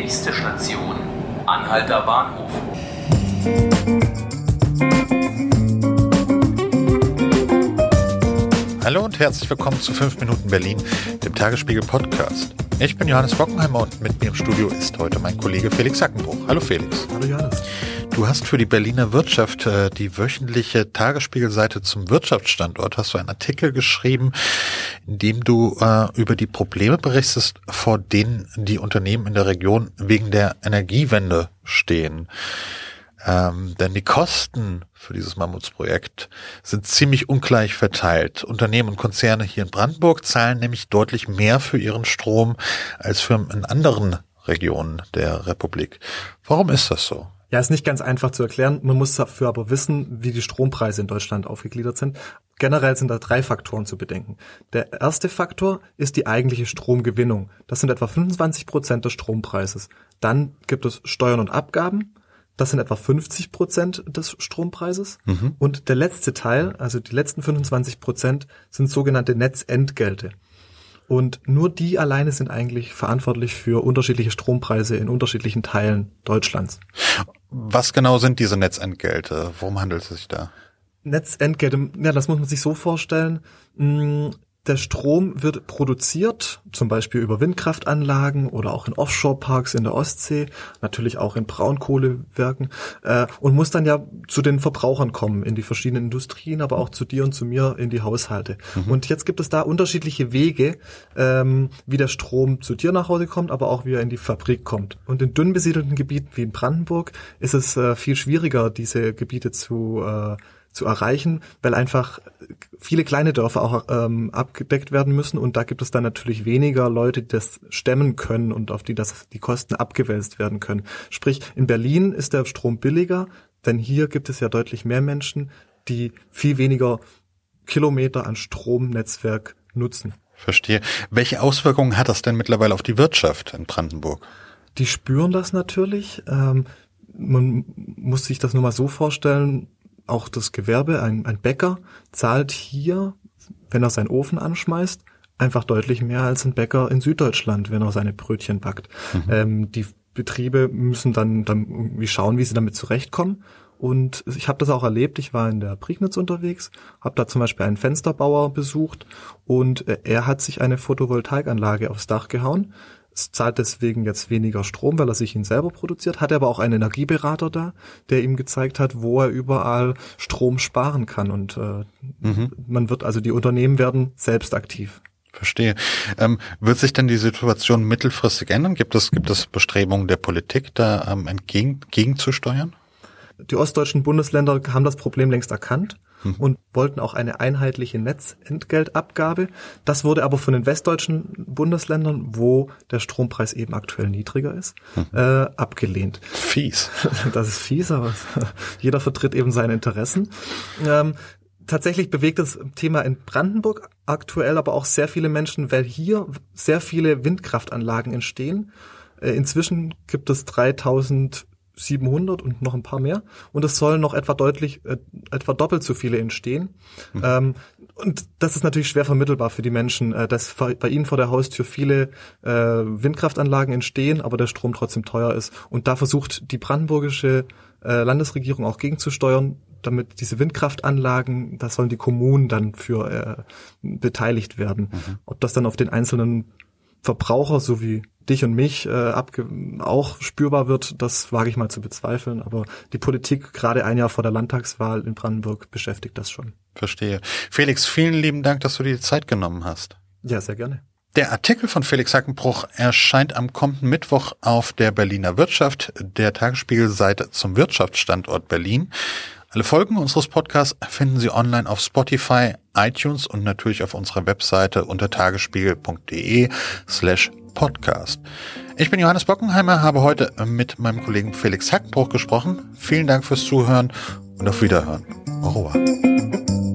Nächste Station, Anhalter Bahnhof. Hallo und herzlich willkommen zu 5 Minuten Berlin, dem Tagesspiegel Podcast. Ich bin Johannes Bockenheimer und mit mir im Studio ist heute mein Kollege Felix Hackenbruch. Hallo Felix. Hallo Johannes. Du hast für die Berliner Wirtschaft, die wöchentliche Tagesspiegelseite zum Wirtschaftsstandort, hast du einen Artikel geschrieben, in dem du über die Probleme berichtest, vor denen die Unternehmen in der Region wegen der Energiewende stehen. Denn die Kosten für dieses Mammutsprojekt sind ziemlich ungleich verteilt. Unternehmen und Konzerne hier in Brandenburg zahlen nämlich deutlich mehr für ihren Strom als Firmen in anderen Regionen der Republik. Warum ist das so? Ja, ist nicht ganz einfach zu erklären. Man muss dafür aber wissen, wie die Strompreise in Deutschland aufgegliedert sind. Generell sind da 3 Faktoren zu bedenken. Der erste Faktor ist die eigentliche Stromgewinnung. Das sind etwa 25% des Strompreises. Dann gibt es Steuern und Abgaben. Das sind etwa 50% des Strompreises. Und der letzte Teil, also die letzten 25%, sind sogenannte Netzentgelte. Und nur die alleine sind eigentlich verantwortlich für unterschiedliche Strompreise in unterschiedlichen Teilen Deutschlands. Was genau sind diese Netzentgelte? Worum handelt es sich da? Netzentgelte, ja, das muss man sich so vorstellen. Der Strom wird produziert, zum Beispiel über Windkraftanlagen oder auch in Offshore-Parks in der Ostsee, natürlich auch in Braunkohlewerken, und muss dann ja zu den Verbrauchern kommen, in die verschiedenen Industrien, aber auch zu dir und zu mir in die Haushalte. Und jetzt gibt es da unterschiedliche Wege, wie der Strom zu dir nach Hause kommt, aber auch wie er in die Fabrik kommt. Und in dünn besiedelten Gebieten wie in Brandenburg ist es viel schwieriger, diese Gebiete zu erreichen, weil einfach viele kleine Dörfer auch abgedeckt werden müssen, und da gibt es dann natürlich weniger Leute, die das stemmen können und auf die die Kosten abgewälzt werden können. Sprich, in Berlin ist der Strom billiger, denn hier gibt es ja deutlich mehr Menschen, die viel weniger Kilometer an Stromnetzwerk nutzen. Verstehe. Welche Auswirkungen hat das denn mittlerweile auf die Wirtschaft in Brandenburg? Die spüren das natürlich. Man muss sich das nur mal so vorstellen. Auch das Gewerbe, ein Bäcker zahlt hier, wenn er seinen Ofen anschmeißt, einfach deutlich mehr als ein Bäcker in Süddeutschland, wenn er seine Brötchen backt. Die Betriebe müssen dann irgendwie schauen, wie sie damit zurechtkommen. Und ich habe das auch erlebt. Ich war in der Prignitz unterwegs, habe da zum Beispiel einen Fensterbauer besucht, und er hat sich eine Photovoltaikanlage aufs Dach gehauen. Es zahlt deswegen jetzt weniger Strom, weil er sich ihn selber produziert, hat aber auch einen Energieberater da, der ihm gezeigt hat, wo er überall Strom sparen kann. Und die Unternehmen werden selbst aktiv. Verstehe. Wird sich denn die Situation mittelfristig ändern? Gibt es Bestrebungen der Politik, da gegenzusteuern? Die ostdeutschen Bundesländer haben das Problem längst erkannt und wollten auch eine einheitliche Netzentgeltabgabe. Das wurde aber von den westdeutschen Bundesländern, wo der Strompreis eben aktuell niedriger ist, abgelehnt. Fies. Das ist fies, aber jeder vertritt eben seine Interessen. Tatsächlich bewegt das Thema in Brandenburg aktuell aber auch sehr viele Menschen, weil hier sehr viele Windkraftanlagen entstehen. Inzwischen gibt es 3700 und noch ein paar mehr, und es sollen noch etwa doppelt so viele entstehen. Und das ist natürlich schwer vermittelbar für die Menschen, dass bei ihnen vor der Haustür viele Windkraftanlagen entstehen, aber der Strom trotzdem teuer ist. Und da versucht die brandenburgische Landesregierung auch gegenzusteuern, damit diese Windkraftanlagen, da sollen die Kommunen dann für beteiligt werden. Ob das dann auf den einzelnen Verbraucher, so wie dich und mich, auch spürbar wird, das wage ich mal zu bezweifeln. Aber die Politik, gerade ein Jahr vor der Landtagswahl in Brandenburg, beschäftigt das schon. Verstehe. Felix, vielen lieben Dank, dass du dir die Zeit genommen hast. Ja, sehr gerne. Der Artikel von Felix Hackenbruch erscheint am kommenden Mittwoch auf der Berliner Wirtschaft, der Tagesspiegelseite zum Wirtschaftsstandort Berlin. Alle Folgen unseres Podcasts finden Sie online auf Spotify, iTunes und natürlich auf unserer Webseite unter tagesspiegel.de/podcast. Ich bin Johannes Bockenheimer, habe heute mit meinem Kollegen Felix Hackenbruch gesprochen. Vielen Dank fürs Zuhören und auf Wiederhören. Au revoir.